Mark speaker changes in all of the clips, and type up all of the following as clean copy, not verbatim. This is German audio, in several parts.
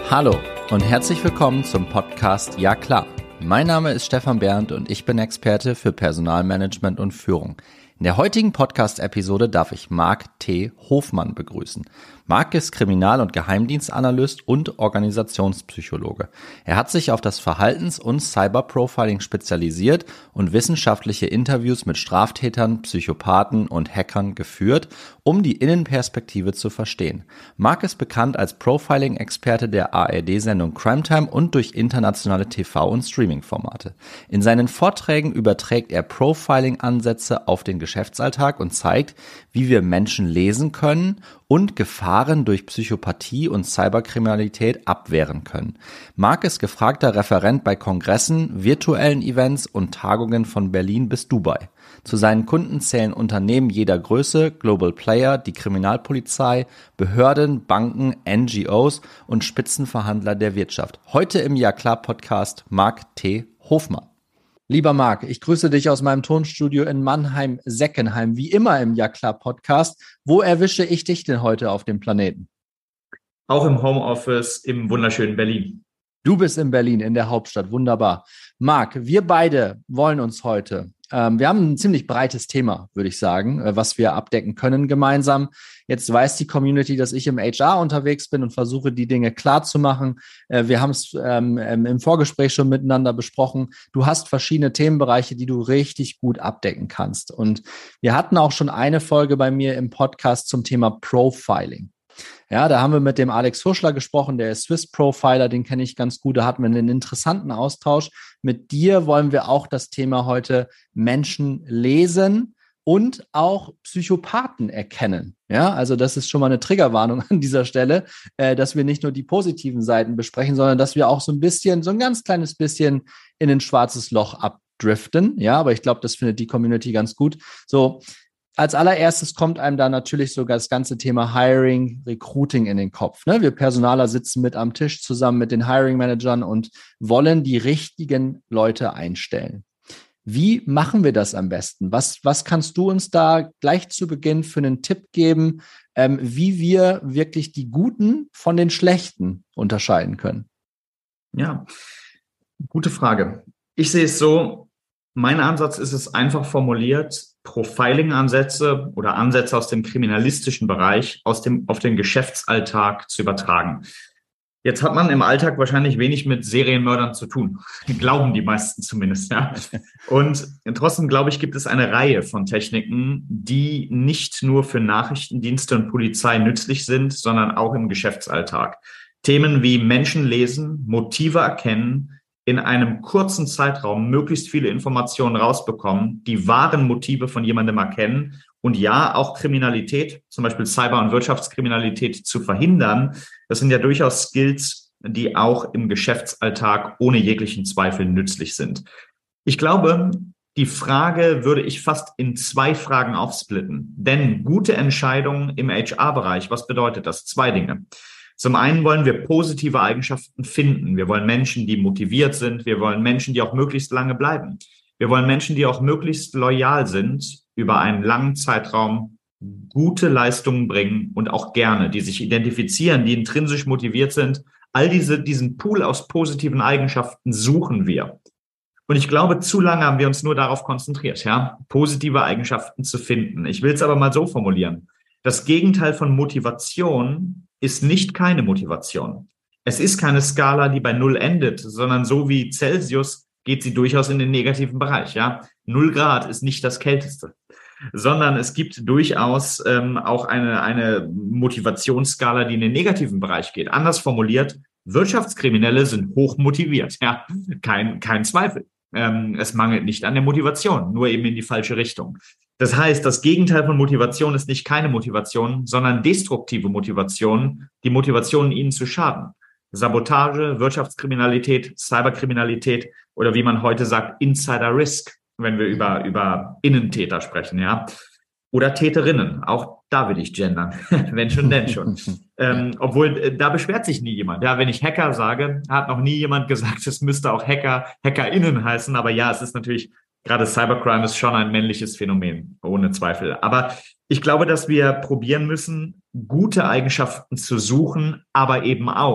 Speaker 1: Hallo und herzlich willkommen zum Podcast Ja klar. Mein Name ist Stefan Bernd und ich bin Experte für Personalmanagement und Führung. In der heutigen Podcast-Episode darf ich Marc T. Hofmann begrüßen. Marc ist Kriminal- und Geheimdienstanalyst und Organisationspsychologe. Er hat sich auf das Verhaltens- und Cyberprofiling spezialisiert und wissenschaftliche Interviews mit Straftätern, Psychopathen und Hackern geführt, um die Innenperspektive zu verstehen. Marc ist bekannt als Profiling-Experte der ARD-Sendung Crime Time und durch internationale TV- und Streaming-Formate. In seinen Vorträgen überträgt er Profiling-Ansätze auf den Geschäftsalltag und zeigt, wie wir Menschen lesen können und Gefahren durch Psychopathie und Cyberkriminalität abwehren können. Marc ist gefragter Referent bei Kongressen, virtuellen Events und Tagungen von Berlin bis Dubai. Zu seinen Kunden zählen Unternehmen jeder Größe, Global Player, die Kriminalpolizei, Behörden, Banken, NGOs und Spitzenverhandler der Wirtschaft. Heute im Ja klar Podcast Marc T. Hofmann. Lieber Marc, ich grüße dich aus meinem Tonstudio in Mannheim-Seckenheim, wie immer im Ja klar Podcast. Wo erwische ich dich denn heute auf dem Planeten?
Speaker 2: Auch im Homeoffice im wunderschönen Berlin.
Speaker 1: Du bist in Berlin, in der Hauptstadt. Wunderbar. Marc, wir beide wollen uns heute, wir haben ein ziemlich breites Thema, würde ich sagen, was wir abdecken können gemeinsam. Jetzt weiß die Community, dass ich im HR unterwegs bin und versuche, die Dinge klar zu machen. Wir haben es im Vorgespräch schon miteinander besprochen. Du hast verschiedene Themenbereiche, die du richtig gut abdecken kannst. Und wir hatten auch schon eine Folge bei mir im Podcast zum Thema Profiling. Ja, da haben wir mit dem Alex Huschler gesprochen, der ist Swiss Profiler, den kenne ich ganz gut, da hatten wir einen interessanten Austausch. Mit dir wollen wir auch das Thema heute Menschen lesen und auch Psychopathen erkennen. Ja, also das ist schon mal eine Triggerwarnung an dieser Stelle, dass wir nicht nur die positiven Seiten besprechen, sondern dass wir auch so ein ganz kleines bisschen in ein schwarzes Loch abdriften. Ja, aber ich glaube, das findet die Community ganz gut. So, als allererstes kommt einem da natürlich sogar das ganze Thema Hiring, Recruiting in den Kopf. Ne? Wir Personaler sitzen mit am Tisch zusammen mit den Hiring-Managern und wollen die richtigen Leute einstellen. Wie machen wir das am besten? Was kannst du uns da gleich zu Beginn für einen Tipp geben, wie wir wirklich die Guten von den Schlechten unterscheiden können?
Speaker 2: Ja, gute Frage. Ich sehe es so, mein Ansatz ist es einfach formuliert, Profiling-Ansätze oder Ansätze aus dem kriminalistischen Bereich auf den Geschäftsalltag zu übertragen. Jetzt hat man im Alltag wahrscheinlich wenig mit Serienmördern zu tun. Glauben die meisten zumindest, ja. Und trotzdem, glaube ich, gibt es eine Reihe von Techniken, die nicht nur für Nachrichtendienste und Polizei nützlich sind, sondern auch im Geschäftsalltag. Themen wie Menschen lesen, Motive erkennen, in einem kurzen Zeitraum möglichst viele Informationen rausbekommen, die wahren Motive von jemandem erkennen und ja, auch Kriminalität, zum Beispiel Cyber- und Wirtschaftskriminalität zu verhindern. Das sind ja durchaus Skills, die auch im Geschäftsalltag ohne jeglichen Zweifel nützlich sind. Ich glaube, die Frage würde ich fast in 2 Fragen aufsplitten. Denn gute Entscheidungen im HR-Bereich, was bedeutet das? 2 Dinge. Zum einen wollen wir positive Eigenschaften finden. Wir wollen Menschen, die motiviert sind. Wir wollen Menschen, die auch möglichst lange bleiben. Wir wollen Menschen, die auch möglichst loyal sind, über einen langen Zeitraum gute Leistungen bringen und auch gerne, die sich identifizieren, die intrinsisch motiviert sind. All diesen Pool aus positiven Eigenschaften suchen wir. Und ich glaube, zu lange haben wir uns nur darauf konzentriert, ja, positive Eigenschaften zu finden. Ich will es aber mal so formulieren. Das Gegenteil von Motivation ist nicht keine Motivation. Es ist keine Skala, die bei 0 endet, sondern so wie Celsius geht sie durchaus in den negativen Bereich. Ja? 0 Grad ist nicht das Kälteste, sondern es gibt durchaus auch eine Motivationsskala, die in den negativen Bereich geht. Anders formuliert, Wirtschaftskriminelle sind hoch motiviert. Ja? Kein Zweifel. Es mangelt nicht an der Motivation, nur eben in die falsche Richtung. Das heißt, das Gegenteil von Motivation ist nicht keine Motivation, sondern destruktive Motivation, die Motivation, ihnen zu schaden. Sabotage, Wirtschaftskriminalität, Cyberkriminalität oder wie man heute sagt, Insider Risk, wenn wir über Innentäter sprechen, ja. Oder Täterinnen, auch da will ich gendern, wenn schon, denn schon. Obwohl, da beschwert sich nie jemand. Ja, wenn ich Hacker sage, hat noch nie jemand gesagt, es müsste auch HackerInnen heißen. Aber ja, es ist natürlich, gerade Cybercrime ist schon ein männliches Phänomen, ohne Zweifel. Aber ich glaube, dass wir probieren müssen, gute Eigenschaften zu suchen, aber eben auch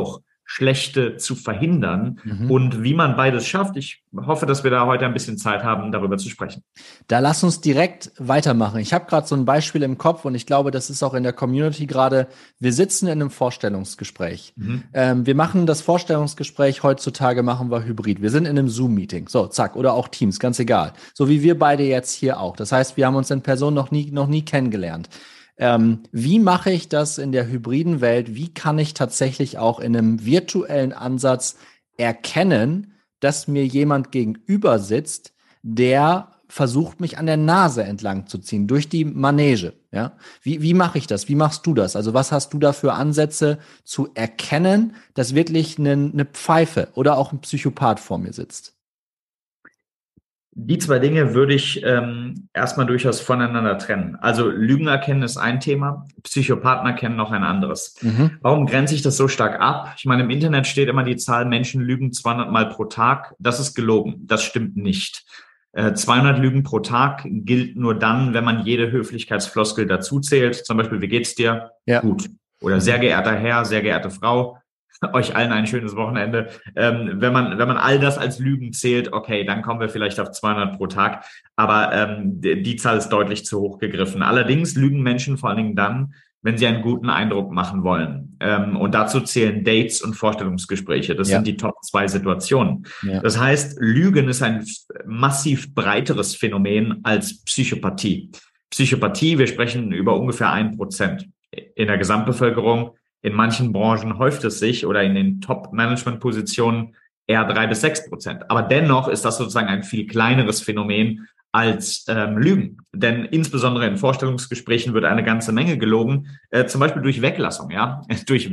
Speaker 2: schlechte zu verhindern
Speaker 1: Mhm.
Speaker 2: und wie man beides schafft. Ich hoffe, dass wir da heute ein bisschen Zeit haben, darüber zu sprechen.
Speaker 1: Da lass uns direkt weitermachen. Ich habe gerade so ein Beispiel im Kopf und ich glaube, das ist auch in der Community gerade. Wir sitzen in einem Vorstellungsgespräch.
Speaker 2: Mhm.
Speaker 1: Wir machen das Vorstellungsgespräch heutzutage machen wir hybrid. Wir sind in einem Zoom-Meeting. So, zack, oder auch Teams, ganz egal. So wie wir beide jetzt hier auch. Das heißt, wir haben uns in Person noch nie kennengelernt. Wie mache ich das in der hybriden Welt? Wie kann ich tatsächlich auch in einem virtuellen Ansatz erkennen, dass mir jemand gegenüber sitzt, der versucht, mich an der Nase entlang zu ziehen, durch die Manege. Ja? Wie mache ich das? Wie machst du das? Also was hast du da für Ansätze zu erkennen, dass wirklich eine Pfeife oder auch ein Psychopath vor mir sitzt?
Speaker 2: Die zwei Dinge würde ich erstmal durchaus voneinander trennen. Also Lügen erkennen ist ein Thema, Psychopathen erkennen noch ein anderes.
Speaker 1: Mhm.
Speaker 2: Warum grenze ich das so stark ab? Ich meine, im Internet steht immer die Zahl, Menschen lügen 200 Mal pro Tag. Das ist gelogen. Das stimmt nicht. 200 Lügen pro Tag gilt nur dann, wenn man jede Höflichkeitsfloskel dazu zählt. Zum Beispiel, wie geht's dir?
Speaker 1: Ja.
Speaker 2: Gut. Oder sehr geehrter Herr, sehr geehrte Frau. Euch allen ein schönes Wochenende. Wenn man all das als Lügen zählt, okay, dann kommen wir vielleicht auf 200 pro Tag. Aber die Zahl ist deutlich zu hoch gegriffen. Allerdings lügen Menschen vor allen Dingen dann, wenn sie einen guten Eindruck machen wollen. Und dazu zählen Dates und Vorstellungsgespräche. Das
Speaker 1: Ja.
Speaker 2: sind die Top 2 Situationen.
Speaker 1: Ja.
Speaker 2: Das heißt, Lügen ist ein massiv breiteres Phänomen als Psychopathie. Psychopathie, wir sprechen über ungefähr 1% in der Gesamtbevölkerung. In manchen Branchen häuft es sich oder in den Top-Management-Positionen eher 3 bis 6%. Aber dennoch ist das sozusagen ein viel kleineres Phänomen als Lügen. Denn insbesondere in Vorstellungsgesprächen wird eine ganze Menge gelogen, zum Beispiel durch Weglassung, ja.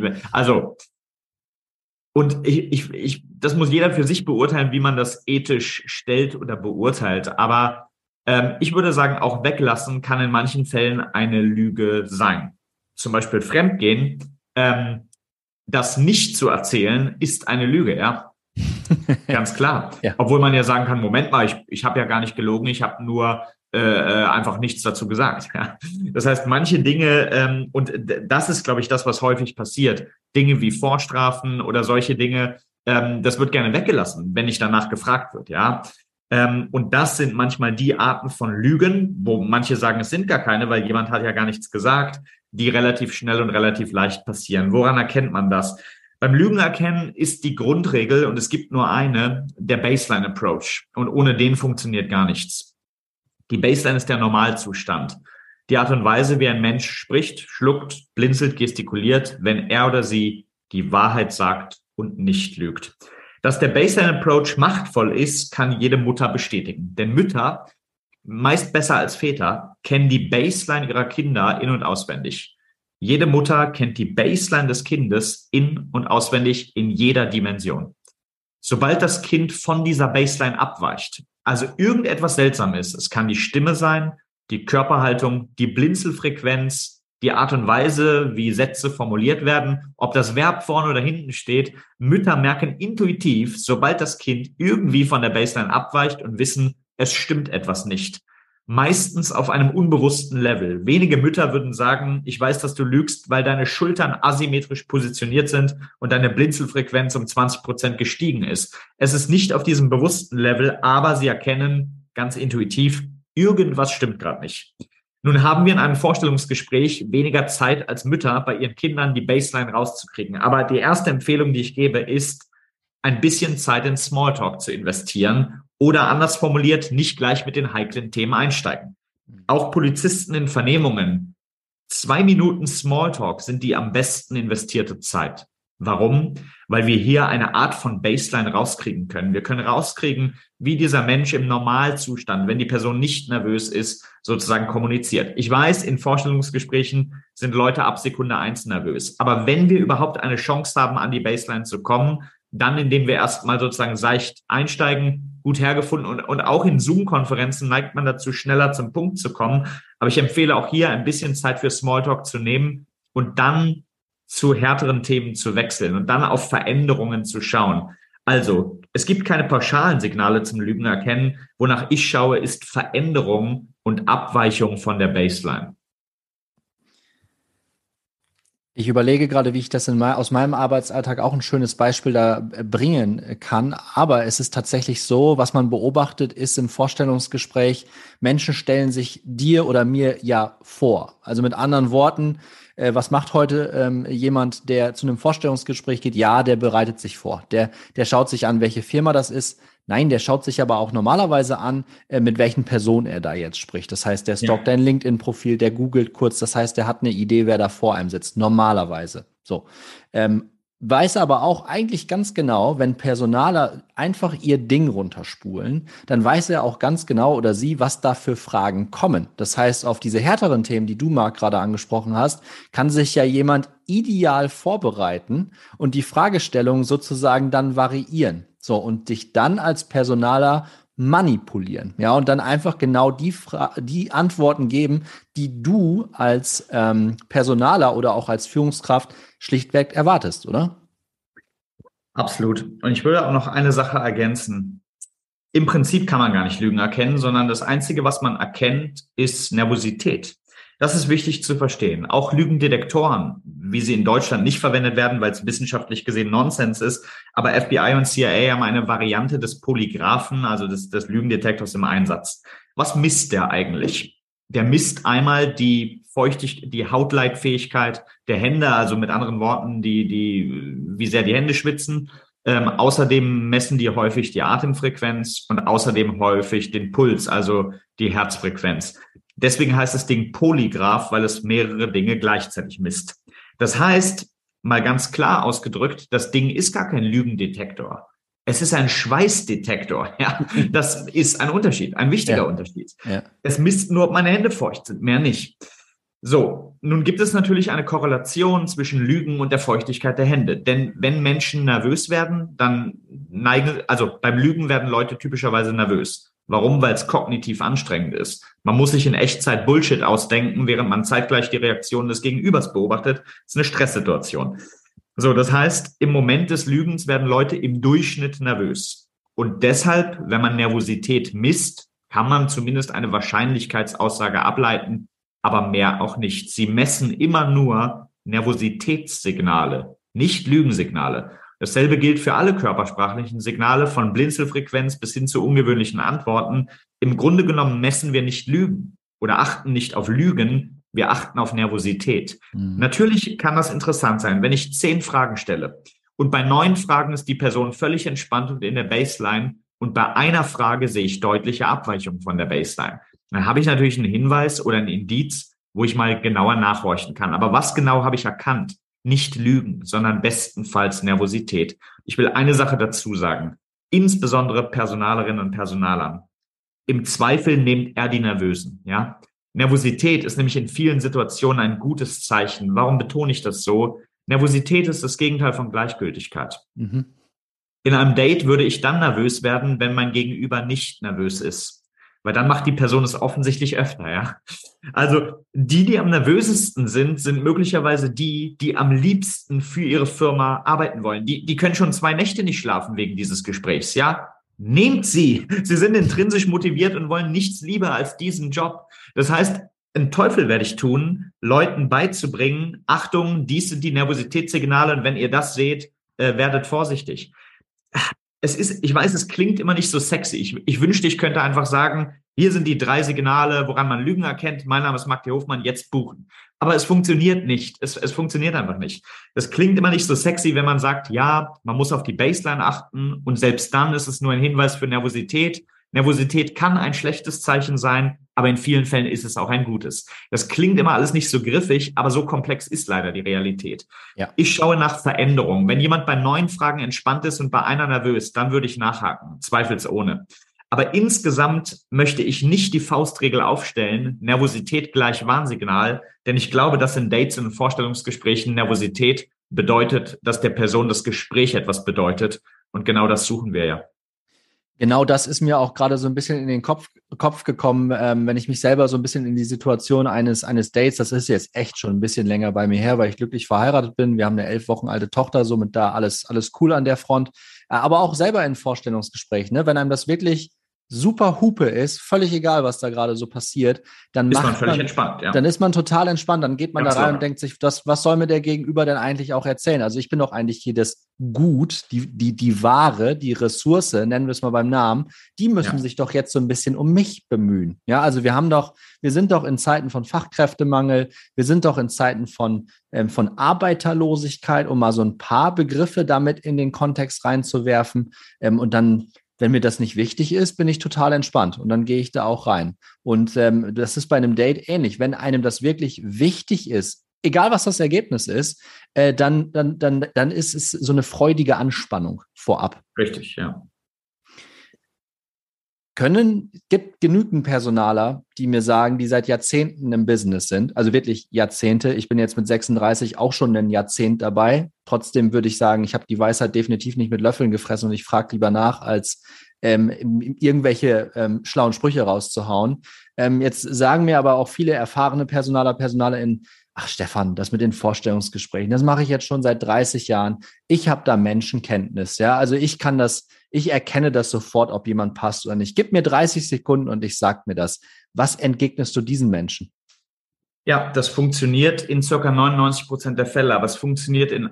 Speaker 2: Das muss jeder für sich beurteilen, wie man das ethisch stellt oder beurteilt. Aber ich würde sagen, auch Weglassen kann in manchen Fällen eine Lüge sein. Zum Beispiel Fremdgehen. Das nicht zu erzählen, ist eine Lüge, ja. Ganz klar.
Speaker 1: Ja.
Speaker 2: Obwohl man ja sagen kann, Moment mal, ich habe ja gar nicht gelogen, ich habe nur einfach nichts dazu gesagt. Ja. Das heißt, manche Dinge, und das ist, glaube ich, das, was häufig passiert, Dinge wie Vorstrafen oder solche Dinge, das wird gerne weggelassen, wenn nicht danach gefragt wird, ja. Und das sind manchmal die Arten von Lügen, wo manche sagen, es sind gar keine, weil jemand hat ja gar nichts gesagt, die relativ schnell und relativ leicht passieren. Woran erkennt man das? Beim Lügen erkennen ist die Grundregel, und es gibt nur eine, der Baseline Approach. Und ohne den funktioniert gar nichts. Die Baseline ist der Normalzustand. Die Art und Weise, wie ein Mensch spricht, schluckt, blinzelt, gestikuliert, wenn er oder sie die Wahrheit sagt und nicht lügt. Dass der Baseline Approach machtvoll ist, kann jede Mutter bestätigen. Denn Mütter, meist besser als Väter, kennen die Baseline ihrer Kinder in- und auswendig. Jede Mutter kennt die Baseline des Kindes in- und auswendig in jeder Dimension. Sobald das Kind von dieser Baseline abweicht, also irgendetwas seltsam ist, es kann die Stimme sein, die Körperhaltung, die Blinzelfrequenz, die Art und Weise, wie Sätze formuliert werden, ob das Verb vorne oder hinten steht. Mütter merken intuitiv, sobald das Kind irgendwie von der Baseline abweicht und wissen, es stimmt etwas nicht. Meistens auf einem unbewussten Level. Wenige Mütter würden sagen, ich weiß, dass du lügst, weil deine Schultern asymmetrisch positioniert sind und deine Blinzelfrequenz um 20% gestiegen ist. Es ist nicht auf diesem bewussten Level, aber sie erkennen ganz intuitiv, irgendwas stimmt gerade nicht. Nun haben wir in einem Vorstellungsgespräch weniger Zeit als Mütter, bei ihren Kindern die Baseline rauszukriegen. Aber die erste Empfehlung, die ich gebe, ist, ein bisschen Zeit in Smalltalk zu investieren oder anders formuliert, nicht gleich mit den heiklen Themen einsteigen. Auch Polizisten in Vernehmungen, 2 Minuten Smalltalk sind die am besten investierte Zeit. Warum? Weil wir hier eine Art von Baseline rauskriegen können. Wir können rauskriegen, wie dieser Mensch im Normalzustand, wenn die Person nicht nervös ist, sozusagen kommuniziert. Ich weiß, in Vorstellungsgesprächen sind Leute ab Sekunde 1 nervös. Aber wenn wir überhaupt eine Chance haben, an die Baseline zu kommen, dann indem wir erstmal sozusagen seicht einsteigen, gut hergefunden und auch in Zoom-Konferenzen neigt man dazu, schneller zum Punkt zu kommen. Aber ich empfehle auch hier ein bisschen Zeit für Smalltalk zu nehmen und dann zu härteren Themen zu wechseln und dann auf Veränderungen zu schauen. Also, es gibt keine pauschalen Signale zum Lügen erkennen. Wonach ich schaue, ist Veränderung und Abweichung von der Baseline.
Speaker 1: Ich überlege gerade, wie ich das aus meinem Arbeitsalltag auch ein schönes Beispiel da bringen kann. Aber es ist tatsächlich so, was man beobachtet, ist im Vorstellungsgespräch, Menschen stellen sich dir oder mir ja vor. Also mit anderen Worten, was macht heute jemand, der zu einem Vorstellungsgespräch geht? Ja, der bereitet sich vor. Der schaut sich an, welche Firma das ist. Nein, der schaut sich aber auch normalerweise an, mit welchen Personen er da jetzt spricht. Das heißt, der
Speaker 2: Ja.
Speaker 1: stalkt dein LinkedIn-Profil, der googelt kurz. Das heißt, der hat eine Idee, wer da vor einem sitzt. Normalerweise. So. Weiß aber auch eigentlich ganz genau, wenn Personaler einfach ihr Ding runterspulen, dann weiß er auch ganz genau oder sie, was da für Fragen kommen. Das heißt, auf diese härteren Themen, die du, Marc, gerade angesprochen hast, kann sich ja jemand ideal vorbereiten und die Fragestellung sozusagen dann variieren. So, und dich dann als Personaler manipulieren. Ja, und dann einfach genau die Antworten geben, die du als Personaler oder auch als Führungskraft schlichtweg erwartest, oder?
Speaker 2: Absolut. Und ich würde auch noch eine Sache ergänzen. Im Prinzip kann man gar nicht Lügen erkennen, sondern das Einzige, was man erkennt, ist Nervosität. Das ist wichtig zu verstehen. Auch Lügendetektoren, wie sie in Deutschland nicht verwendet werden, weil es wissenschaftlich gesehen Nonsens ist, aber FBI und CIA haben eine Variante des Polygraphen, also des Lügendetektors im Einsatz. Was misst der eigentlich? Der misst einmal die die Hautleitfähigkeit der Hände, also mit anderen Worten, wie sehr die Hände schwitzen. Außerdem messen die häufig die Atemfrequenz und außerdem häufig den Puls, also die Herzfrequenz. Deswegen heißt das Ding Polygraph, weil es mehrere Dinge gleichzeitig misst. Das heißt, mal ganz klar ausgedrückt, das Ding ist gar kein Lügendetektor. Es ist ein Schweißdetektor. Ja, das ist ein Unterschied, ein wichtiger Unterschied.
Speaker 1: Ja.
Speaker 2: Es misst nur, ob meine Hände feucht sind, mehr nicht. So, nun gibt es natürlich eine Korrelation zwischen Lügen und der Feuchtigkeit der Hände. Denn wenn Menschen nervös werden, also beim Lügen werden Leute typischerweise nervös. Warum? Weil es kognitiv anstrengend ist. Man muss sich in Echtzeit Bullshit ausdenken, während man zeitgleich die Reaktion des Gegenübers beobachtet. Das ist eine Stresssituation. So, das heißt, im Moment des Lügens werden Leute im Durchschnitt nervös. Und deshalb, wenn man Nervosität misst, kann man zumindest eine Wahrscheinlichkeitsaussage ableiten, aber mehr auch nicht. Sie messen immer nur Nervositätssignale, nicht Lügensignale. Dasselbe gilt für alle körpersprachlichen Signale, von Blinzelfrequenz bis hin zu ungewöhnlichen Antworten. Im Grunde genommen messen wir nicht Lügen oder achten nicht auf Lügen, wir achten auf Nervosität. Natürlich kann das interessant sein, wenn ich 10 Fragen stelle und bei 9 Fragen ist die Person völlig entspannt und in der Baseline und bei einer Frage sehe ich deutliche Abweichungen von der Baseline. Dann habe ich natürlich einen Hinweis oder ein Indiz, wo ich mal genauer nachhorchen kann. Aber was genau habe ich erkannt? Nicht Lügen, sondern bestenfalls Nervosität. Ich will eine Sache dazu sagen. Insbesondere Personalerinnen und Personalern. Im Zweifel nehmt er die Nervösen, ja. Nervosität ist nämlich in vielen Situationen ein gutes Zeichen. Warum betone ich das so? Nervosität ist das Gegenteil von Gleichgültigkeit.
Speaker 1: Mhm.
Speaker 2: In einem Date würde ich dann nervös werden, wenn mein Gegenüber nicht nervös ist. Weil dann macht die Person es offensichtlich öfter, ja. Also die am nervösesten sind möglicherweise die am liebsten für ihre Firma arbeiten wollen. Die können schon 2 Nächte nicht schlafen wegen dieses Gesprächs, ja. Nehmt sie. Sie sind intrinsisch motiviert und wollen nichts lieber als diesen Job. Das heißt, einen Teufel werde ich tun, Leuten beizubringen, Achtung, dies sind die Nervositätssignale und wenn ihr das seht, werdet vorsichtig. Ich weiß, es klingt immer nicht so sexy. Ich wünschte, ich könnte einfach sagen, hier sind die 3 Signale, woran man Lügen erkennt. Mein Name ist Marc T. Hofmann, jetzt buchen. Aber es funktioniert nicht. Es funktioniert einfach nicht. Das klingt immer nicht so sexy, wenn man sagt, ja, man muss auf die Baseline achten und selbst dann ist es nur ein Hinweis für Nervosität. Nervosität kann ein schlechtes Zeichen sein, aber in vielen Fällen ist es auch ein gutes. Das klingt immer alles nicht so griffig, aber so komplex ist leider die Realität.
Speaker 1: Ja.
Speaker 2: Ich schaue nach Veränderungen. Wenn jemand bei 9 Fragen entspannt ist und bei einer nervös, dann würde ich nachhaken, zweifelsohne. Aber insgesamt möchte ich nicht die Faustregel aufstellen, Nervosität gleich Warnsignal, denn ich glaube, dass in Dates und Vorstellungsgesprächen Nervosität bedeutet, dass der Person das Gespräch etwas bedeutet. Und genau das suchen wir ja.
Speaker 1: Genau das ist mir auch gerade so ein bisschen in den Kopf gekommen, wenn ich mich selber so ein bisschen in die Situation eines Dates, das ist jetzt echt schon ein bisschen länger bei mir her, weil ich glücklich verheiratet bin. Wir haben eine 11 Wochen alte Tochter, somit da alles cool an der Front. Aber auch selber in Vorstellungsgesprächen, ne? Wenn einem das wirklich super Hupe ist, völlig egal, was da gerade so passiert, dann
Speaker 2: ist man völlig entspannt, ja.
Speaker 1: Dann ist man total entspannt, dann geht man
Speaker 2: Ganz
Speaker 1: da rein
Speaker 2: locker.
Speaker 1: und denkt sich, was soll mir der Gegenüber denn eigentlich auch erzählen? Also ich bin doch eigentlich hier das Gut, die Ware, die Ressource, nennen wir es mal beim Namen, die müssen sich doch jetzt so ein bisschen um mich bemühen. Ja, also wir sind doch in Zeiten von Fachkräftemangel, wir sind doch in Zeiten von Arbeiterlosigkeit, um mal so ein paar Begriffe damit in den Kontext reinzuwerfen. Und dann, wenn mir das nicht wichtig ist, bin ich total entspannt und dann gehe ich da auch rein. Und das ist bei einem Date ähnlich. Wenn einem das wirklich wichtig ist, egal was das Ergebnis ist, dann ist es so eine freudige Anspannung vorab.
Speaker 2: Richtig, ja.
Speaker 1: Gibt genügend Personaler, die mir sagen, die seit Jahrzehnten im Business sind, also wirklich Jahrzehnte. Ich bin jetzt mit 36 auch schon ein Jahrzehnt dabei. Trotzdem würde ich sagen, ich habe die Weisheit definitiv nicht mit Löffeln gefressen und ich frage lieber nach, als irgendwelche schlauen Sprüche rauszuhauen. Jetzt sagen mir aber auch viele erfahrene PersonalerInnen, ach Stefan, das mit den Vorstellungsgesprächen, das mache ich jetzt schon seit 30 Jahren. Ich habe da Menschenkenntnis, ja. Also ich erkenne das sofort, ob jemand passt oder nicht. Gib mir 30 Sekunden und ich sag mir das. Was entgegnest du diesen Menschen?
Speaker 2: Ja, das funktioniert in circa 99% der Fälle, aber es funktioniert in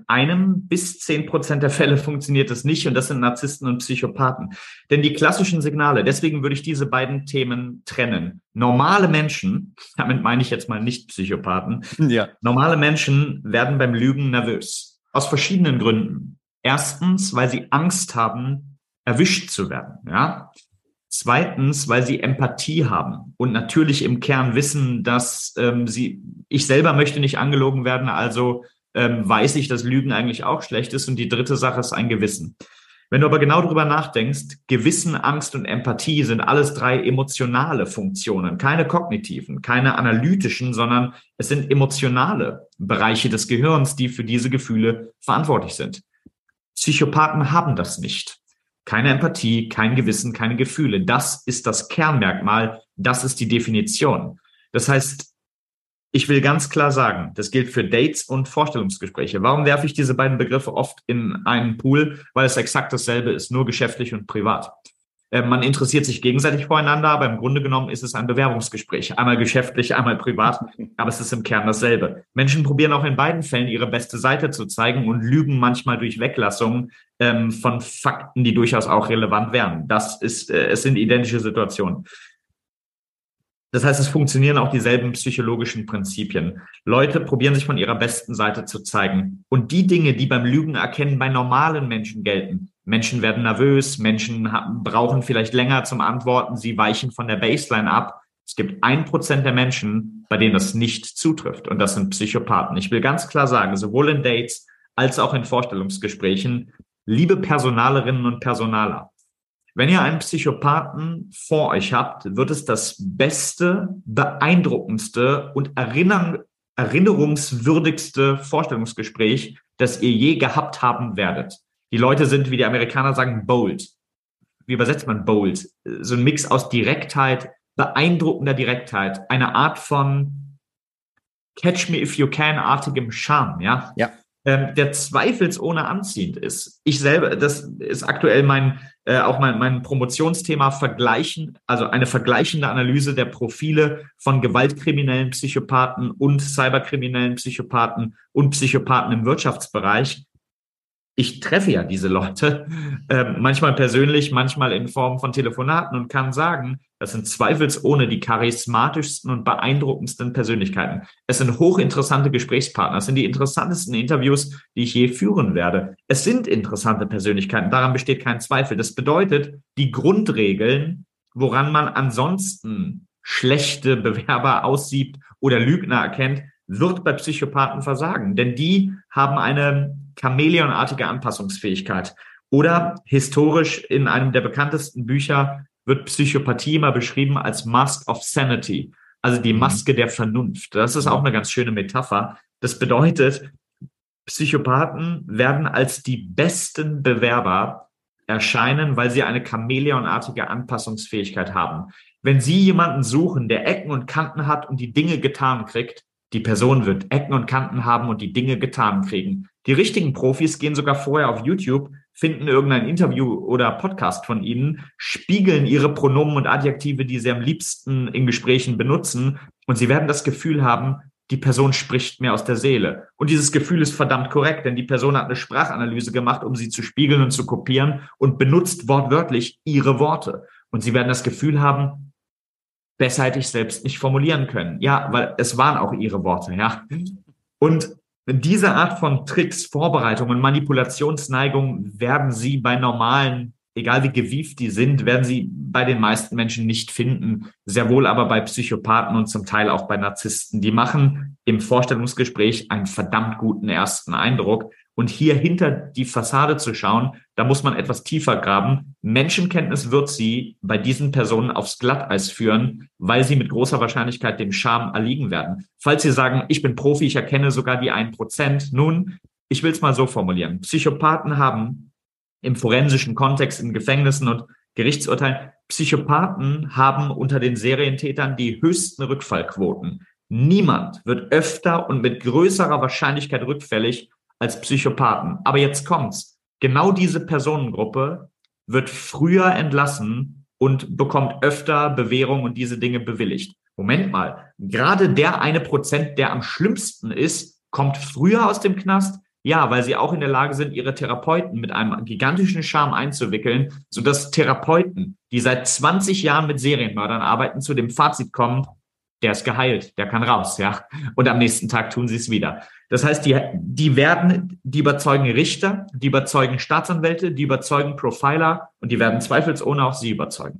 Speaker 2: 1-10% der Fälle funktioniert es nicht und das sind Narzissten und Psychopathen. Denn die klassischen Signale, deswegen würde ich diese beiden Themen trennen. Normale Menschen, damit meine ich jetzt mal nicht Psychopathen, normale Menschen werden beim Lügen nervös. Aus verschiedenen Gründen. Erstens, weil sie Angst haben, erwischt zu werden, ja. Zweitens, weil sie Empathie haben und natürlich im Kern wissen, dass ich selber möchte nicht angelogen werden, also weiß ich, dass Lügen eigentlich auch schlecht ist. Und die dritte Sache ist ein Gewissen. Wenn du aber genau darüber nachdenkst, Gewissen, Angst und Empathie sind alles 3 emotionale Funktionen, keine kognitiven, keine analytischen, sondern es sind emotionale Bereiche des Gehirns, die für diese Gefühle verantwortlich sind. Psychopathen haben das nicht. Keine Empathie, kein Gewissen, keine Gefühle. Das ist das Kernmerkmal. Das ist die Definition. Das heißt, ich will ganz klar sagen, das gilt für Dates und Vorstellungsgespräche. Warum werfe ich diese beiden Begriffe oft in einen Pool? Weil es exakt dasselbe ist, nur geschäftlich und privat. Man interessiert sich gegenseitig voreinander, aber im Grunde genommen ist es ein Bewerbungsgespräch. Einmal geschäftlich, einmal privat, aber es ist im Kern dasselbe. Menschen probieren auch in beiden Fällen ihre beste Seite zu zeigen und lügen manchmal durch Weglassung von Fakten, die durchaus auch relevant wären. Es sind identische Situationen. Das heißt, es funktionieren auch dieselben psychologischen Prinzipien. Leute probieren sich von ihrer besten Seite zu zeigen. Und die Dinge, die beim Lügen erkennen bei normalen Menschen gelten. Menschen werden nervös, Menschen brauchen vielleicht länger zum Antworten, sie weichen von der Baseline ab. Es gibt 1% der Menschen, bei denen das nicht zutrifft. Und das sind Psychopathen. Ich will ganz klar sagen, sowohl in Dates als auch in Vorstellungsgesprächen, liebe Personalerinnen und Personaler, wenn ihr einen Psychopathen vor euch habt, wird es das beste, beeindruckendste und erinnerungswürdigste Vorstellungsgespräch, das ihr je gehabt haben werdet. Die Leute sind, wie die Amerikaner sagen, bold. Wie übersetzt man bold? So ein Mix aus Direktheit, beeindruckender Direktheit, eine Art von Catch me if you can-artigem Charme, ja?
Speaker 1: Ja.
Speaker 2: Der zweifelsohne anziehend ist. Ich selber, das ist aktuell mein Promotionsthema, vergleichen, also eine vergleichende Analyse der Profile von gewaltkriminellen Psychopathen und cyberkriminellen Psychopathen und Psychopathen im Wirtschaftsbereich. Ich treffe ja diese Leute, manchmal persönlich, manchmal in Form von Telefonaten und kann sagen, das sind zweifelsohne die charismatischsten und beeindruckendsten Persönlichkeiten. Es sind hochinteressante Gesprächspartner. Es sind die interessantesten Interviews, die ich je führen werde. Es sind interessante Persönlichkeiten. Daran besteht kein Zweifel. Das bedeutet, die Grundregeln, woran man ansonsten schlechte Bewerber aussiebt oder Lügner erkennt, wird bei Psychopathen versagen. Denn die haben eine chamäleonartige Anpassungsfähigkeit. Oder historisch in einem der bekanntesten Bücher wird Psychopathie immer beschrieben als Mask of Sanity, also die Maske der Vernunft. Das ist auch eine ganz schöne Metapher. Das bedeutet, Psychopathen werden als die besten Bewerber erscheinen, weil sie eine chamäleonartige Anpassungsfähigkeit haben. Wenn Sie jemanden suchen, der Ecken und Kanten hat und die Dinge getan kriegt, die Person wird Ecken und Kanten haben und die Dinge getan kriegen. Die richtigen Profis gehen sogar vorher auf YouTube, finden irgendein Interview oder Podcast von Ihnen, spiegeln Ihre Pronomen und Adjektive, die Sie am liebsten in Gesprächen benutzen, und Sie werden das Gefühl haben, die Person spricht mir aus der Seele. Und dieses Gefühl ist verdammt korrekt, denn die Person hat eine Sprachanalyse gemacht, um sie zu spiegeln und zu kopieren und benutzt wortwörtlich Ihre Worte. Und Sie werden das Gefühl haben, besser hätte ich selbst nicht formulieren können. Ja, weil es waren auch Ihre Worte, ja. Und diese Art von Tricks, Vorbereitung und Manipulationsneigung werden Sie bei normalen, egal wie gewieft die sind, werden Sie bei den meisten Menschen nicht finden. Sehr wohl aber bei Psychopathen und zum Teil auch bei Narzissten. Die machen im Vorstellungsgespräch einen verdammt guten ersten Eindruck. Und hier hinter die Fassade zu schauen, da muss man etwas tiefer graben. Menschenkenntnis wird Sie bei diesen Personen aufs Glatteis führen, weil Sie mit großer Wahrscheinlichkeit dem Charme erliegen werden. Falls Sie sagen, ich bin Profi, ich erkenne sogar die 1%. Nun, ich will es mal so formulieren. Psychopathen haben im forensischen Kontext in Gefängnissen und Gerichtsurteilen, Psychopathen haben unter den Serientätern die höchsten Rückfallquoten. Niemand wird öfter und mit größerer Wahrscheinlichkeit rückfällig als Psychopathen. Aber jetzt kommt's. Genau diese Personengruppe wird früher entlassen und bekommt öfter Bewährung und diese Dinge bewilligt. Moment mal, gerade der 1%, der am schlimmsten ist, kommt früher aus dem Knast? Ja, weil sie auch in der Lage sind, ihre Therapeuten mit einem gigantischen Charme einzuwickeln, sodass Therapeuten, die seit 20 Jahren mit Serienmördern arbeiten, zu dem Fazit kommen, der ist geheilt, der kann raus, ja. Und am nächsten Tag tun sie es wieder. Das heißt, die überzeugen Richter, die überzeugen Staatsanwälte, die überzeugen Profiler und die werden zweifelsohne auch Sie überzeugen.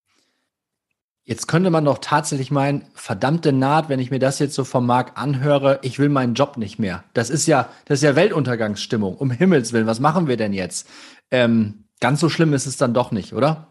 Speaker 1: Jetzt könnte man doch tatsächlich meinen, verdammte Naht, wenn ich mir das jetzt so vom Marc anhöre, ich will meinen Job nicht mehr. Das ist ja Weltuntergangsstimmung, um Himmels Willen, was machen wir denn jetzt? Ganz so schlimm ist es dann doch nicht, oder?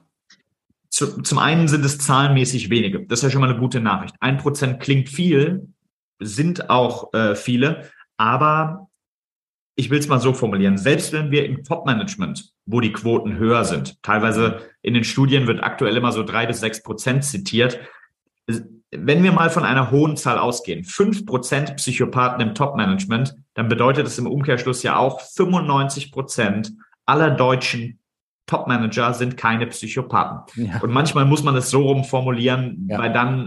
Speaker 2: Zum einen sind es zahlenmäßig wenige. Das ist ja schon mal eine gute Nachricht. 1% klingt viel, sind auch viele, aber ich will es mal so formulieren. Selbst wenn wir im Top-Management, wo die Quoten höher sind, teilweise in den Studien wird aktuell immer so 3-6% zitiert. Wenn wir mal von einer hohen Zahl ausgehen, 5% Psychopathen im Top-Management, dann bedeutet es im Umkehrschluss ja auch, 95% aller deutschen Top-Manager sind keine Psychopathen. Ja. Und manchmal muss man es so rum formulieren, ja, weil dann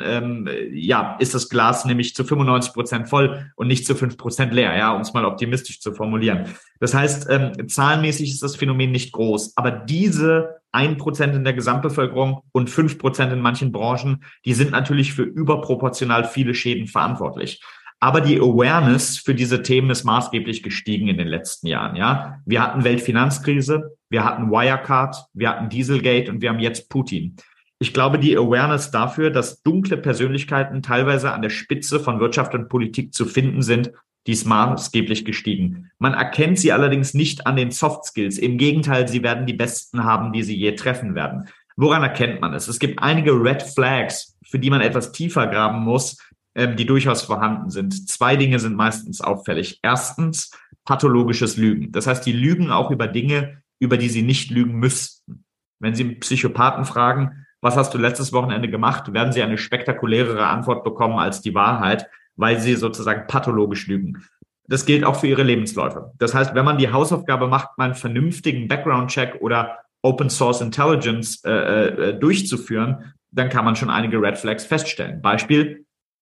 Speaker 2: ist das Glas nämlich zu 95% voll und nicht zu 5% leer, ja, um es mal optimistisch zu formulieren. Das heißt, zahlenmäßig ist das Phänomen nicht groß, aber diese 1% in der Gesamtbevölkerung und 5% in manchen Branchen, die sind natürlich für überproportional viele Schäden verantwortlich. Aber die Awareness für diese Themen ist maßgeblich gestiegen in den letzten Jahren. Ja, wir hatten Weltfinanzkrise, wir hatten Wirecard, wir hatten Dieselgate und wir haben jetzt Putin. Ich glaube, die Awareness dafür, dass dunkle Persönlichkeiten teilweise an der Spitze von Wirtschaft und Politik zu finden sind, die ist maßgeblich gestiegen. Man erkennt sie allerdings nicht an den Soft Skills. Im Gegenteil, sie werden die besten haben, die sie je treffen werden. Woran erkennt man es? Es gibt einige Red Flags, für die man etwas tiefer graben muss, die durchaus vorhanden sind. 2 Dinge sind meistens auffällig. Erstens, pathologisches Lügen. Das heißt, die lügen auch über Dinge, über die sie nicht lügen müssten. Wenn Sie einen Psychopathen fragen, was hast du letztes Wochenende gemacht, werden Sie eine spektakulärere Antwort bekommen als die Wahrheit, weil sie sozusagen pathologisch lügen. Das gilt auch für Ihre Lebensläufe. Das heißt, wenn man die Hausaufgabe macht, mal einen vernünftigen Background-Check oder Open Source Intelligence durchzuführen, dann kann man schon einige Red Flags feststellen. Beispiel: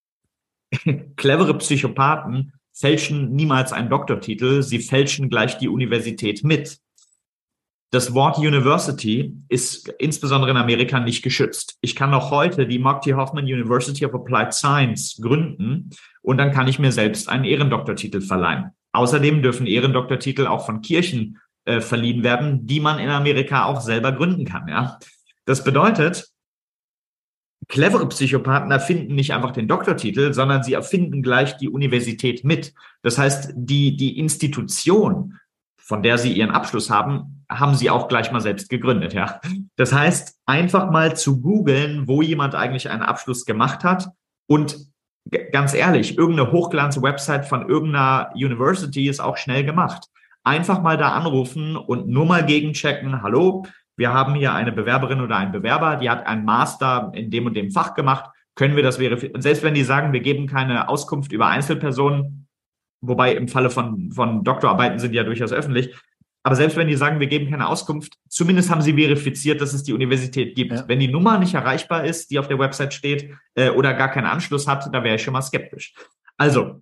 Speaker 2: Clevere Psychopathen fälschen niemals einen Doktortitel, sie fälschen gleich die Universität mit. Das Wort University ist insbesondere in Amerika nicht geschützt. Ich kann noch heute die Mark T. Hoffman University of Applied Science gründen und dann kann ich mir selbst einen Ehrendoktortitel verleihen. Außerdem dürfen Ehrendoktortitel auch von Kirchen verliehen werden, die man in Amerika auch selber gründen kann. Ja? Das bedeutet, clevere Psychopathen erfinden nicht einfach den Doktortitel, sondern sie erfinden gleich die Universität mit. Das heißt, die Institution, von der sie ihren Abschluss haben, haben sie auch gleich mal selbst gegründet. Ja. Das heißt, einfach mal zu googeln, wo jemand eigentlich einen Abschluss gemacht hat und ganz ehrlich, irgendeine Hochglanz-Website von irgendeiner University ist auch schnell gemacht. Einfach mal da anrufen und nur mal gegenchecken, hallo, wir haben hier eine Bewerberin oder einen Bewerber, die hat einen Master in dem und dem Fach gemacht, können wir das verifizieren? Und selbst wenn die sagen, wir geben keine Auskunft über Einzelpersonen, wobei im Falle von Doktorarbeiten sind die ja durchaus öffentlich, Aber selbst wenn die sagen, wir geben keine Auskunft, zumindest haben sie verifiziert, dass es die Universität gibt. Ja. Wenn die Nummer nicht erreichbar ist, die auf der Website steht, oder gar keinen Anschluss hat, da wäre ich schon mal skeptisch. Also,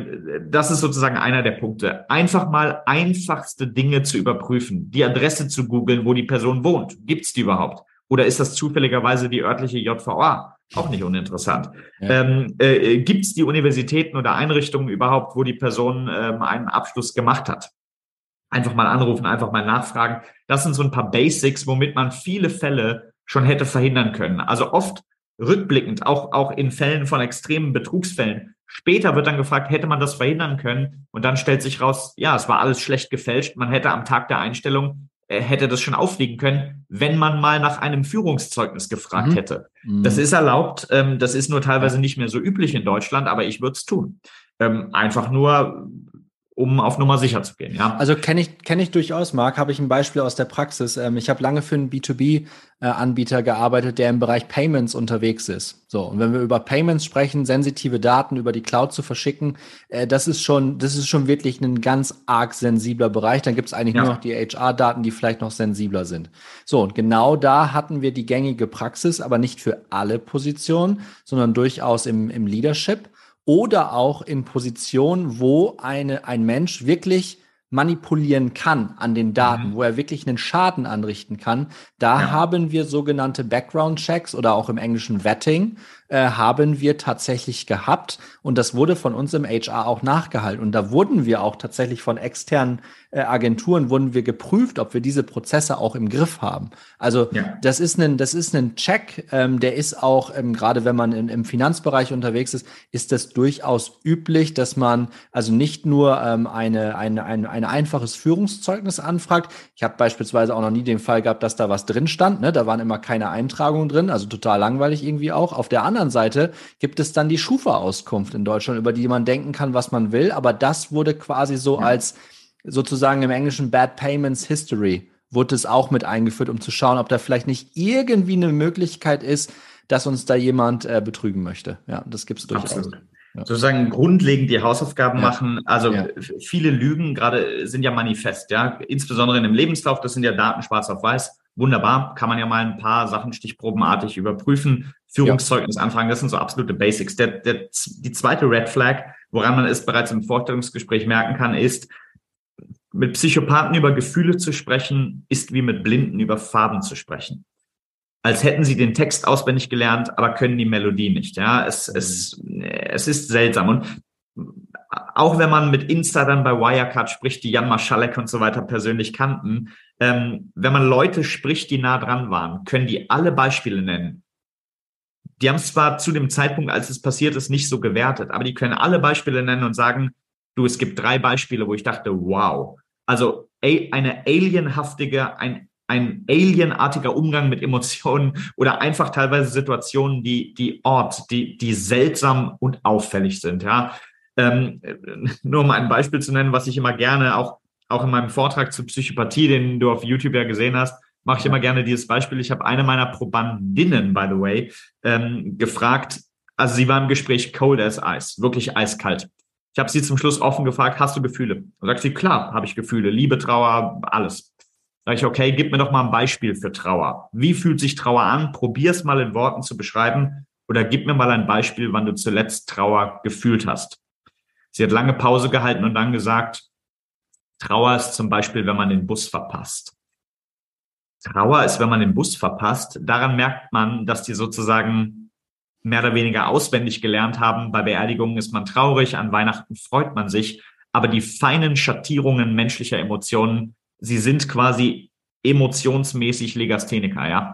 Speaker 2: das ist sozusagen einer der Punkte. Einfach mal einfachste Dinge zu überprüfen. Die Adresse zu googeln, wo die Person wohnt. Gibt's die überhaupt? Oder ist das zufälligerweise die örtliche JVA? Auch nicht uninteressant. Ja. Gibt's die Universitäten oder Einrichtungen überhaupt, wo die Person einen Abschluss gemacht hat? Einfach mal anrufen, einfach mal nachfragen. Das sind so ein paar Basics, womit man viele Fälle schon hätte verhindern können. Also oft rückblickend, auch in Fällen von extremen Betrugsfällen. Später wird dann gefragt, hätte man das verhindern können? Und dann stellt sich raus, ja, es war alles schlecht gefälscht. Man hätte am Tag der Einstellung, hätte das schon auffliegen können, wenn man mal nach einem Führungszeugnis gefragt hätte. Das ist erlaubt. Das ist nur teilweise nicht mehr so üblich in Deutschland, aber ich würde es tun. Einfach nur, um auf Nummer sicher zu gehen. Ja.
Speaker 1: Also kenne ich durchaus, Marc, habe ich ein Beispiel aus der Praxis. Ich habe lange für einen B2B-Anbieter gearbeitet, der im Bereich Payments unterwegs ist. So, und wenn wir über Payments sprechen, sensitive Daten über die Cloud zu verschicken, das ist schon wirklich ein ganz arg sensibler Bereich. Dann gibt es eigentlich nur noch die HR-Daten, die vielleicht noch sensibler sind. So, und genau da hatten wir die gängige Praxis, aber nicht für alle Positionen, sondern durchaus im Leadership. Oder auch in Positionen, wo ein Mensch wirklich manipulieren kann an den Daten, wo er wirklich einen Schaden anrichten kann. Da haben wir sogenannte Background-Checks oder auch im Englischen Vetting haben wir tatsächlich gehabt. Und das wurde von uns im HR auch nachgehalten. Und da wurden wir auch tatsächlich von externen Agenturen wurden wir geprüft, ob wir diese Prozesse auch im Griff haben. Also das ist ein Check, der ist auch, gerade wenn man im Finanzbereich unterwegs ist das durchaus üblich, dass man also nicht nur ein einfaches Führungszeugnis anfragt. Ich habe beispielsweise auch noch nie den Fall gehabt, dass da was drin stand. Ne? Da waren immer keine Eintragungen drin, also total langweilig irgendwie auch. Auf der anderen Seite gibt es dann die Schufa-Auskunft in Deutschland, über die man denken kann, was man will. Aber das wurde quasi so als sozusagen im Englischen Bad Payments History wurde es auch mit eingeführt, um zu schauen, ob da vielleicht nicht irgendwie eine Möglichkeit ist, dass uns da jemand betrügen möchte. Ja, das gibt es durchaus.
Speaker 2: Absolut. Ja. Sozusagen grundlegend die Hausaufgaben machen. Also viele Lügen gerade sind ja manifest, ja, insbesondere in dem Lebenslauf. Das sind ja Daten schwarz auf weiß. Wunderbar, kann man ja mal ein paar Sachen stichprobenartig überprüfen. Führungszeugnis anfragen, das sind so absolute Basics. Die zweite Red Flag, woran man es bereits im Vorstellungsgespräch merken kann, ist, mit Psychopathen über Gefühle zu sprechen, ist wie mit Blinden über Farben zu sprechen. Als hätten sie den Text auswendig gelernt, aber können die Melodie nicht. Ja, es ist seltsam. Und auch wenn man mit Insidern bei Wirecard spricht, die Jan Marschalek und so weiter persönlich kannten, wenn man Leute spricht, die nah dran waren, können die alle Beispiele nennen. Die haben es zwar zu dem Zeitpunkt, als es passiert ist, nicht so gewertet, aber die können alle Beispiele nennen und sagen, du, es gibt 3 Beispiele, wo ich dachte, wow. Also ein alienartiger Umgang mit Emotionen oder einfach teilweise Situationen, die seltsam und auffällig sind. Ja, nur um ein Beispiel zu nennen, was ich immer gerne auch in meinem Vortrag zur Psychopathie, den du auf YouTube ja gesehen hast, mache ich immer gerne dieses Beispiel. Ich habe eine meiner Probandinnen, by the way, gefragt. Also sie war im Gespräch cold as ice, wirklich eiskalt. Ich habe sie zum Schluss offen gefragt, hast du Gefühle? Und sagt sie, klar, habe ich Gefühle, Liebe, Trauer, alles. Sag ich, okay, gib mir doch mal ein Beispiel für Trauer. Wie fühlt sich Trauer an? Probier es mal in Worten zu beschreiben oder gib mir mal ein Beispiel, wann du zuletzt Trauer gefühlt hast. Sie hat lange Pause gehalten und dann gesagt, Trauer ist zum Beispiel, wenn man den Bus verpasst. Trauer ist, wenn man den Bus verpasst. Daran merkt man, dass die sozusagen mehr oder weniger auswendig gelernt haben. Bei Beerdigungen ist man traurig, an Weihnachten freut man sich. Aber die feinen Schattierungen menschlicher Emotionen, sie sind quasi emotionsmäßig Legastheniker,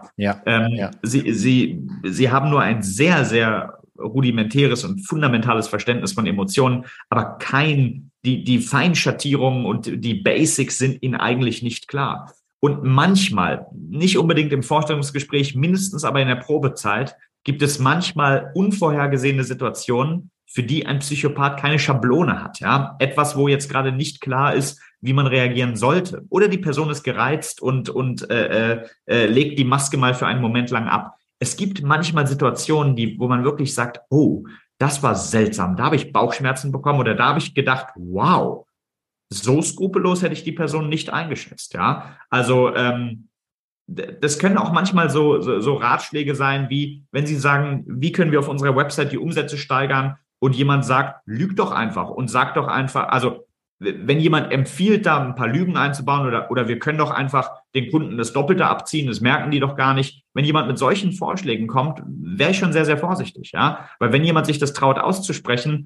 Speaker 2: Sie haben nur ein sehr, sehr rudimentäres und fundamentales Verständnis von Emotionen, aber die Feinschattierungen und die Basics sind ihnen eigentlich nicht klar. Und manchmal, nicht unbedingt im Vorstellungsgespräch, mindestens aber in der Probezeit, gibt es manchmal unvorhergesehene Situationen, für die ein Psychopath keine Schablone hat. Ja? Etwas, wo jetzt gerade nicht klar ist, wie man reagieren sollte. Oder die Person ist gereizt und legt die Maske mal für einen Moment lang ab. Es gibt manchmal Situationen, wo man wirklich sagt, oh, das war seltsam, da habe ich Bauchschmerzen bekommen oder da habe ich gedacht, wow, so skrupellos hätte ich die Person nicht eingeschätzt, ja. Also das können auch manchmal so Ratschläge sein, wie wenn Sie sagen, wie können wir auf unserer Website die Umsätze steigern, und jemand sagt, lüg doch einfach und sag doch einfach, also wenn jemand empfiehlt, da ein paar Lügen einzubauen oder wir können doch einfach den Kunden das Doppelte abziehen, das merken die doch gar nicht. Wenn jemand mit solchen Vorschlägen kommt, wäre ich schon sehr, sehr vorsichtig, ja. Weil wenn jemand sich das traut auszusprechen,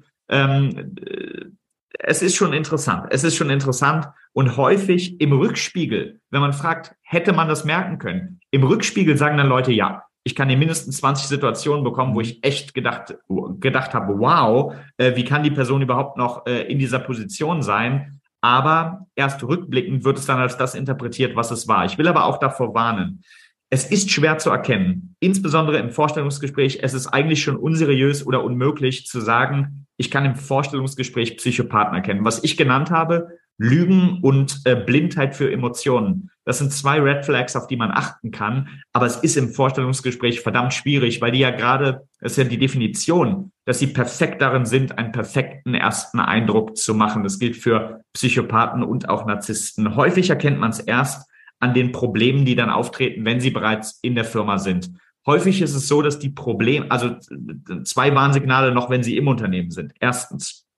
Speaker 2: es ist schon interessant. Es ist schon interessant und häufig im Rückspiegel, wenn man fragt, hätte man das merken können? Im Rückspiegel sagen dann Leute, ja, ich kann hier mindestens 20 Situationen bekommen, wo ich echt gedacht habe, wow, wie kann die Person überhaupt noch in dieser Position sein? Aber erst rückblickend wird es dann als das interpretiert, was es war. Ich will aber auch davor warnen. Es ist schwer zu erkennen, insbesondere im Vorstellungsgespräch. Es ist eigentlich schon unseriös oder unmöglich zu sagen, ich kann im Vorstellungsgespräch Psychopathen erkennen. Was ich genannt habe, Lügen und Blindheit für Emotionen. Das sind 2 Red Flags, auf die man achten kann. Aber es ist im Vorstellungsgespräch verdammt schwierig, weil die ja gerade, das ist ja die Definition, dass sie perfekt darin sind, einen perfekten ersten Eindruck zu machen. Das gilt für Psychopathen und auch Narzissten. Häufig erkennt man es erst an den Problemen, die dann auftreten, wenn sie bereits in der Firma sind. Häufig ist es so, dass die Probleme, also 2 Warnsignale noch, wenn sie im Unternehmen sind. Erstens,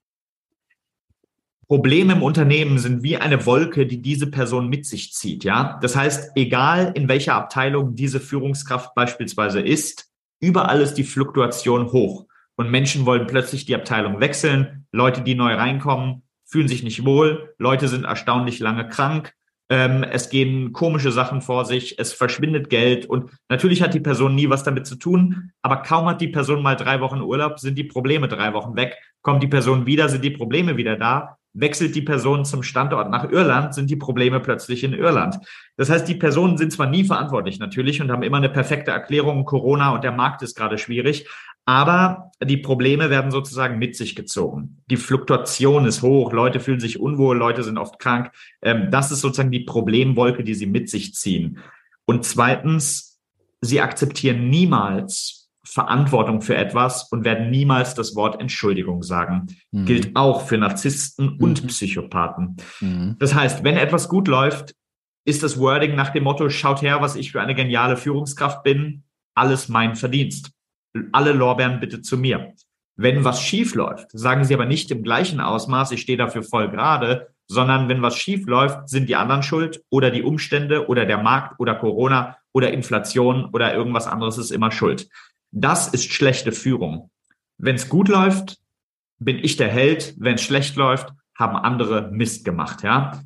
Speaker 2: Probleme im Unternehmen sind wie eine Wolke, die diese Person mit sich zieht, ja. Das heißt, egal in welcher Abteilung diese Führungskraft beispielsweise ist, überall ist die Fluktuation hoch. Und Menschen wollen plötzlich die Abteilung wechseln. Leute, die neu reinkommen, fühlen sich nicht wohl. Leute sind erstaunlich lange krank. Es gehen komische Sachen vor sich, es verschwindet Geld und natürlich hat die Person nie was damit zu tun, aber kaum hat die Person mal 3 Wochen Urlaub, sind die Probleme 3 Wochen weg, kommt die Person wieder, sind die Probleme wieder da, wechselt die Person zum Standort nach Irland, sind die Probleme plötzlich in Irland. Das heißt, die Personen sind zwar nie verantwortlich natürlich und haben immer eine perfekte Erklärung, Corona und der Markt ist gerade schwierig, aber die Probleme werden sozusagen mit sich gezogen. Die Fluktuation ist hoch, Leute fühlen sich unwohl, Leute sind oft krank. Das ist sozusagen die Problemwolke, die sie mit sich ziehen. Und zweitens, sie akzeptieren niemals Verantwortung für etwas und werden niemals das Wort Entschuldigung sagen. Gilt auch für Narzissten und Psychopathen. Das heißt, wenn etwas gut läuft, ist das Wording nach dem Motto, schaut her, was ich für eine geniale Führungskraft bin, alles mein Verdienst. Alle Lorbeeren bitte zu mir. Wenn was schief läuft, sagen sie aber nicht im gleichen Ausmaß, ich stehe dafür voll gerade, sondern wenn was schief läuft, sind die anderen schuld oder die Umstände oder der Markt oder Corona oder Inflation oder irgendwas anderes ist immer schuld. Das ist schlechte Führung. Wenn es gut läuft, bin ich der Held. Wenn es schlecht läuft, haben andere Mist gemacht, ja.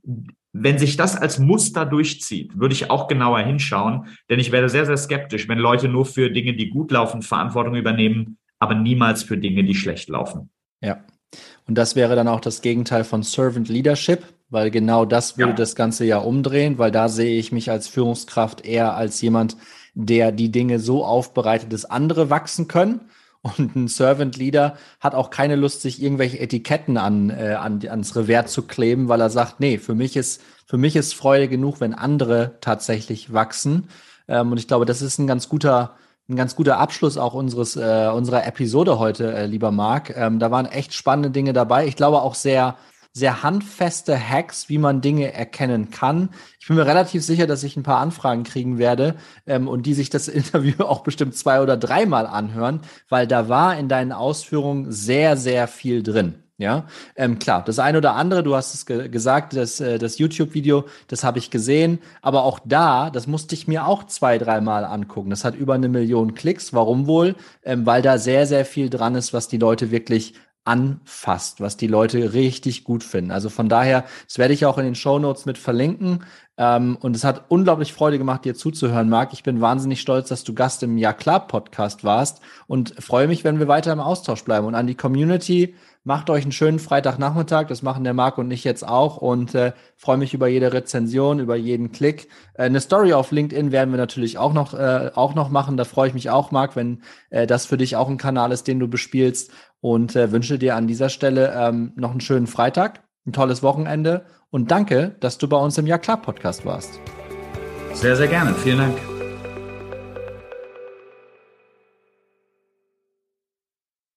Speaker 2: Wenn sich das als Muster durchzieht, würde ich auch genauer hinschauen, denn ich werde sehr, sehr skeptisch, wenn Leute nur für Dinge, die gut laufen, Verantwortung übernehmen, aber niemals für Dinge, die schlecht laufen.
Speaker 1: Ja, und das wäre dann auch das Gegenteil von Servant Leadership, weil genau das würde das Ganze ja umdrehen, weil da sehe ich mich als Führungskraft eher als jemand, der die Dinge so aufbereitet, dass andere wachsen können. Und ein Servant Leader hat auch keine Lust, sich irgendwelche Etiketten ans Revers zu kleben, weil er sagt, nee, für mich ist Freude genug, wenn andere tatsächlich wachsen. Und ich glaube, das ist ein ganz guter Abschluss auch unserer Episode heute, lieber Marc. Da waren echt spannende Dinge dabei. Ich glaube auch sehr, sehr handfeste Hacks, wie man Dinge erkennen kann. Ich bin mir relativ sicher, dass ich ein paar Anfragen kriegen werde und die sich das Interview auch bestimmt 2 oder 3 Mal anhören, weil da war in deinen Ausführungen sehr, sehr viel drin. Ja, klar, das eine oder andere, du hast es gesagt, das YouTube-Video, das habe ich gesehen, aber auch das musste ich mir auch 2, 3 Mal angucken. Das hat über 1 Million Klicks. Warum wohl? Weil da sehr, sehr viel dran ist, was die Leute wirklich anfasst, was die Leute richtig gut finden. Also von daher, das werde ich auch in den Shownotes mit verlinken. Und es hat unglaublich Freude gemacht, dir zuzuhören, Marc. Ich bin wahnsinnig stolz, dass du Gast im Ja klar Podcast warst und freue mich, wenn wir weiter im Austausch bleiben. Und an die Community, macht euch einen schönen Freitagnachmittag. Das machen der Marc und ich jetzt auch und freue mich über jede Rezension, über jeden Klick. Eine Story auf LinkedIn werden wir natürlich auch noch machen. Da freue ich mich auch, Marc, wenn das für dich auch ein Kanal ist, den du bespielst. Und wünsche dir an dieser Stelle noch einen schönen Freitag, ein tolles Wochenende und danke, dass du bei uns im Ja klar Podcast warst.
Speaker 2: Sehr, sehr gerne. Vielen Dank.